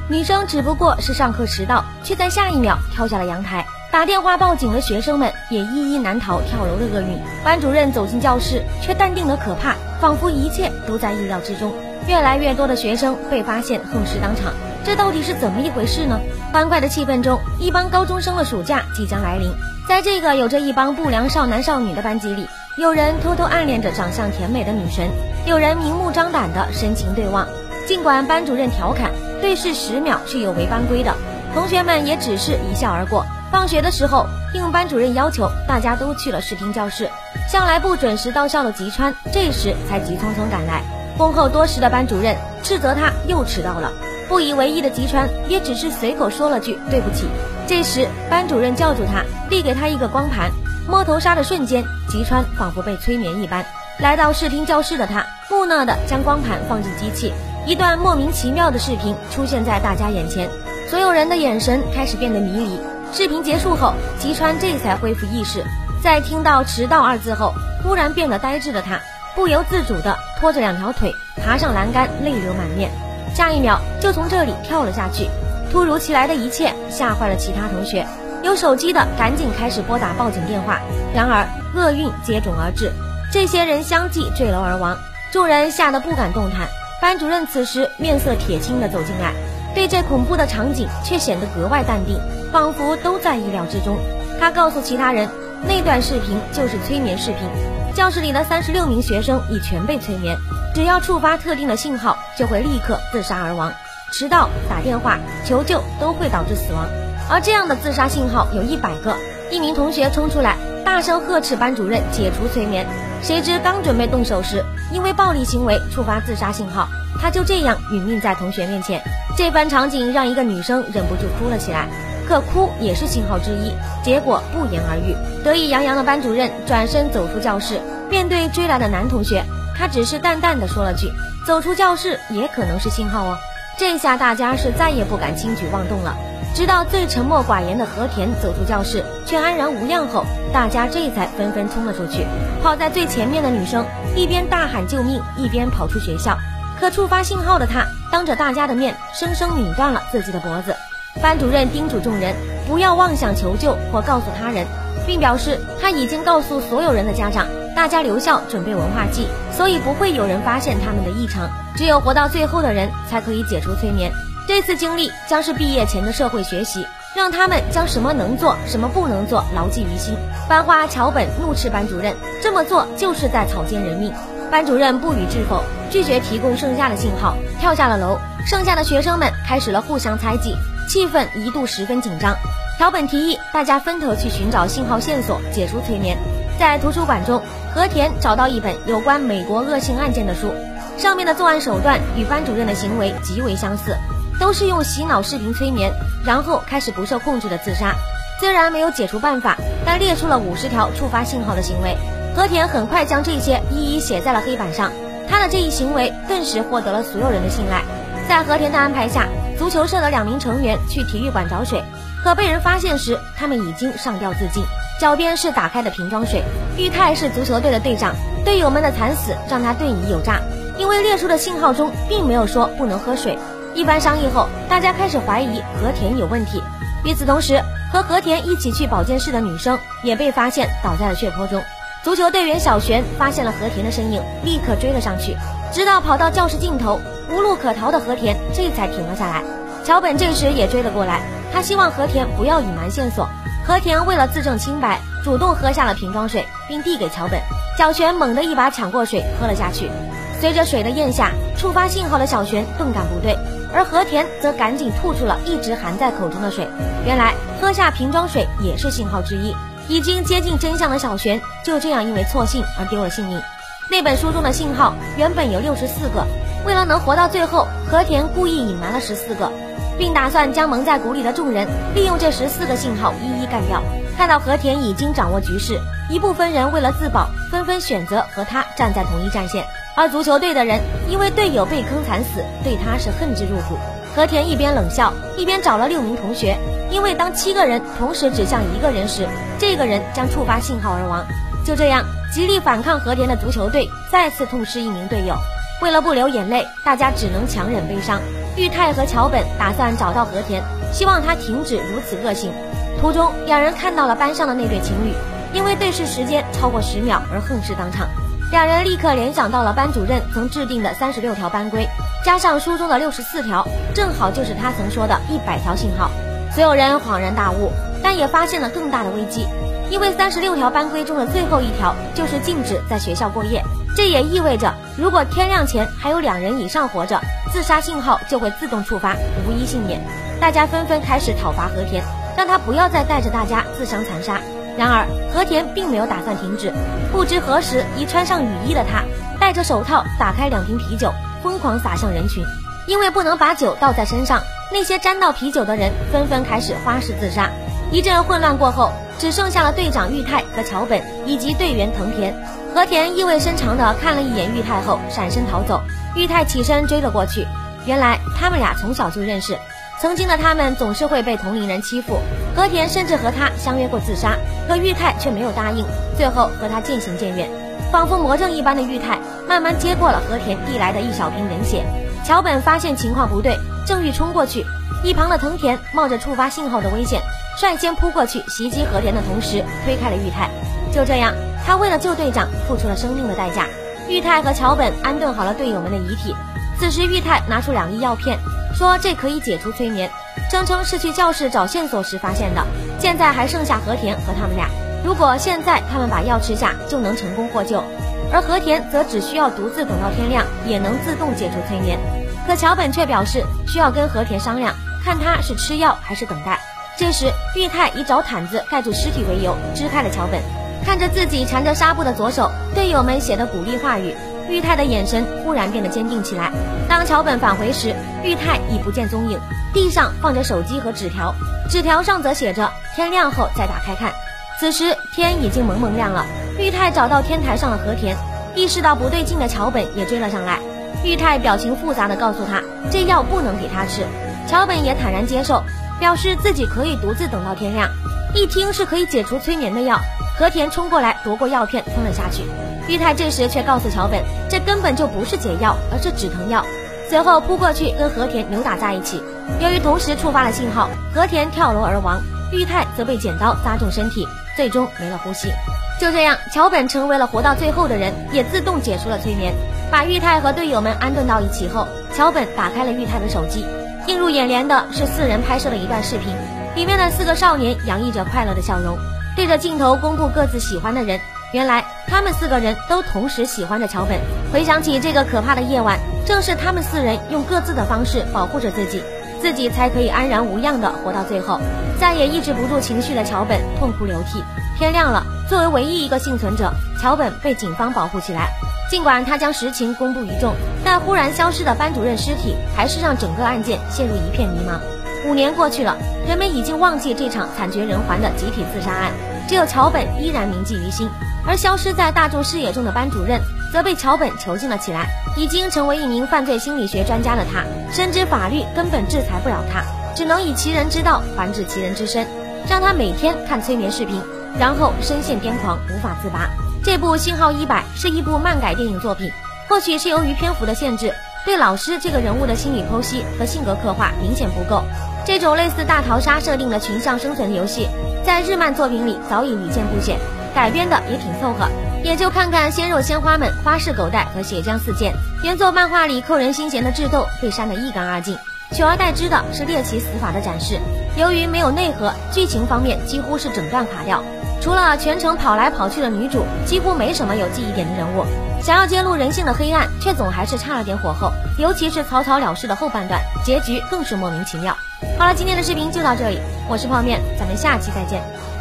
女生只不过是上课迟到，却在下一秒跳下了阳台。打电话报警的学生们也一一难逃跳楼的厄运。班主任走进教室，却淡定得可怕，仿佛一切都在意料之中。越来越多的学生被发现横尸当场，这到底是怎么一回事呢？欢快的气氛中，一帮高中生的暑假即将来临。在这个有着一帮不良少男少女的班级里，有人偷偷暗恋着长相甜美的女神，有人明目张胆的深情对望。尽管班主任调侃对视10秒是有违班规的，同学们也只是一笑而过。放学的时候，应班主任要求，大家都去了视听教室。向来不准时到校的吉川这时才急匆匆赶来。恭候多时的班主任斥责他又迟到了，不以为意的吉川也只是随口说了句对不起。这时班主任叫住他，递给他一个光盘，摸头杀的瞬间，吉川仿佛被催眠一般，来到视听教室的他木讷地将光盘放进机器，一段莫名其妙的视频出现在大家眼前，所有人的眼神开始变得迷离。视频结束后，吉川这才恢复意识，在听到迟到2字后，忽然变得呆滞的他不由自主地拖着2条腿爬上栏杆，泪流满面，下一秒就从这里跳了下去。突如其来的一切吓坏了其他同学，有手机的赶紧开始拨打报警电话。然而厄运接踵而至，这些人相继坠楼而亡，众人吓得不敢动弹。班主任此时面色铁青地走进来，对这恐怖的场景却显得格外淡定，仿佛都在意料之中。他告诉其他人，那段视频就是催眠视频，教室里的36名学生已全被催眠，只要触发特定的信号，就会立刻自杀而亡。迟到、打电话、求救都会导致死亡，而这样的自杀信号有100个。一名同学冲出来，大声呵斥班主任解除催眠，谁知刚准备动手时，因为暴力行为触发自杀信号，他就这样殒命在同学面前。这番场景让一个女生忍不住哭了起来，可哭也是信号之一，结果不言而喻。得意洋洋的班主任转身走出教室，面对追来的男同学，他只是淡淡的说了句，走出教室也可能是信号哦。这下大家是再也不敢轻举妄动了。直到最沉默寡言的和田走出教室却安然无恙后，大家这才纷纷冲了出去。跑在最前面的女生一边大喊救命，一边跑出学校，可触发信号的她当着大家的面生生拧断了自己的脖子。班主任叮嘱众人不要妄想求救或告诉他人，并表示他已经告诉所有人的家长，大家留校准备文化祭，所以不会有人发现他们的异常，只有活到最后的人才可以解除催眠。这次经历将是毕业前的社会学习，让他们将什么能做什么不能做牢记于心。班花桥本怒斥班主任，这么做就是在草菅人命。班主任不予置否，拒绝提供剩下的信号，跳下了楼。剩下的学生们开始了互相猜忌，气氛一度十分紧张。桥本提议大家分头去寻找信号线索，解除催眠。在图书馆中，和田找到一本有关美国恶性案件的书，上面的作案手段与班主任的行为极为相似，都是用洗脑视频催眠，然后开始不受控制的自杀。虽然没有解除办法，但列出了50条触发信号的行为。和田很快将这些一一写在了黑板上，他的这一行为顿时获得了所有人的信赖。在和田的安排下，足球社的2名成员去体育馆找水，可被人发现时，他们已经上吊自尽，脚边是打开的瓶装水。玉泰是足球队的队长，队友们的惨死让他顿疑有诈，因为列出的信号中并没有说不能喝水。一番商议后，大家开始怀疑和田有问题。与此同时，和和田一起去保健室的女生也被发现倒在了血泊中。足球队员小璇发现了和田的身影，立刻追了上去，直到跑到教室尽头，无路可逃的和田这才停了下来。桥本这时也追了过来，他希望和田不要隐瞒线索。和田为了自证清白，主动喝下了瓶装水，并递给桥本。小璇猛地一把抢过水喝了下去，随着水的咽下，触发信号的小璇顿感不对，而和田则赶紧吐出了一直含在口中的水。原来喝下瓶装水也是信号之一。已经接近真相的小璇就这样因为错信而丢了性命。那本书中的信号原本有64个，为了能活到最后，和田故意隐瞒了14个，并打算将蒙在鼓里的众人利用这14个信号一一干掉。看到和田已经掌握局势，一部分人为了自保，纷纷选择和他站在同一战线，而足球队的人因为队友被坑惨死，对他是恨之入骨。和田一边冷笑，一边找了6名同学，因为当7个人同时指向一个人时，这个人将触发信号而亡。就这样，极力反抗和田的足球队再次痛失1名队友。为了不流眼泪，大家只能强忍悲伤。 玉泰和桥本打算找到和田，希望他停止如此恶行。途中，两人看到了班上的那对情侣，因为对视时间超过10秒而横尸当场。两人立刻联想到了班主任曾制定的36条班规，加上书中的64条，正好就是他曾说的100条信号。所有人恍然大悟，但也发现了更大的危机，因为36条班规中的最后一条就是禁止在学校过夜。这也意味着，如果天亮前还有2人以上活着，自杀信号就会自动触发，无一幸免。大家纷纷开始讨伐和田，让他不要再带着大家自相残杀。然而和田并没有打算停止，不知何时已穿上雨衣的他，戴着手套打开2瓶啤酒，疯狂洒向人群。因为不能把酒倒在身上，那些沾到啤酒的人纷纷开始花式自杀。一阵混乱过后，只剩下了队长玉泰和桥本以及队员藤田。和田意味深长地看了一眼玉泰后闪身逃走，玉泰起身追了过去。原来他们俩从小就认识，曾经的他们总是会被同龄人欺负，和田甚至和他相约过自杀，可玉泰却没有答应，最后和他渐行渐远。仿佛魔怔一般的玉泰慢慢接过了和田递来的一小瓶人血。桥本发现情况不对，正欲冲过去，一旁的藤田冒着触发信号的危险，率先扑过去袭击和田的同时推开了玉泰。就这样，他为了救队长付出了生命的代价。玉泰和桥本安顿好了队友们的遗体。此时玉泰拿出2粒药片，说这可以解除催眠，声称是去教室找线索时发现的。现在还剩下和田和他们俩，如果现在他们把药吃下，就能成功获救。而和田则只需要独自等到天亮，也能自动解除催眠。可桥本却表示需要跟和田商量，看他是吃药还是等待。这时玉泰以找毯子盖住尸体为由支开了桥本。看着自己缠着纱布的左手，队友们写的鼓励话语，玉泰的眼神忽然变得坚定起来。当桥本返回时，玉泰已不见踪影，地上放着手机和纸条，纸条上则写着天亮后再打开看。此时天已经蒙蒙亮了，玉泰找到天台上的和田，意识到不对劲的桥本也追了上来。玉泰表情复杂地告诉他，这药不能给他吃。桥本也坦然接受，表示自己可以独自等到天亮。一听是可以解除催眠的药，和田冲过来夺过药片吞了下去。玉泰这时却告诉桥本，这根本就不是解药，而是止疼药。随后扑过去跟和田扭打在一起，由于同时触发了信号，和田跳楼而亡，玉泰则被剪刀扎中身体，最终没了呼吸。就这样，桥本成为了活到最后的人，也自动解除了催眠。把玉泰和队友们安顿到一起后，桥本打开了玉泰的手机，映入眼帘的是4人拍摄的一段视频，里面的4个少年洋溢着快乐的笑容，对着镜头公布各自喜欢的人。原来他们4个人都同时喜欢着桥本。回想起这个可怕的夜晚，正是他们4人用各自的方式保护着自己，自己才可以安然无恙地活到最后。再也抑制不住情绪的桥本痛哭流涕。天亮了，作为唯一一个幸存者，桥本被警方保护起来。尽管他将实情公布于众，但忽然消失的班主任尸体还是让整个案件陷入一片迷茫。5年过去了，人们已经忘记这场惨绝人寰的集体自杀案，只有桥本依然铭记于心。而消失在大众视野中的班主任则被桥本囚禁了起来。已经成为一名犯罪心理学专家的他，深知法律根本制裁不了他，只能以其人之道还治其人之身，让他每天看催眠视频，然后深陷癫狂无法自拔。这部《信号100》是一部漫改电影作品，或许是由于篇幅的限制，对老师这个人物的心理剖析和性格刻画明显不够。这种类似大逃杀设定的群像生存游戏，在日漫作品里早已屡见不鲜，改编的也挺凑合。也就看看鲜肉鲜花们花式狗带和血浆四溅，原作漫画里扣人心弦的智斗被删得一干二净，取而代之的是猎奇死法的展示。由于没有内核，剧情方面几乎是整段垮掉，除了全程跑来跑去的女主，几乎没什么有记忆点的人物。想要揭露人性的黑暗，却总还是差了点火候，尤其是草草了事的后半段，结局更是莫名其妙。好了，今天的视频就到这里，我是泡面，咱们下期再见。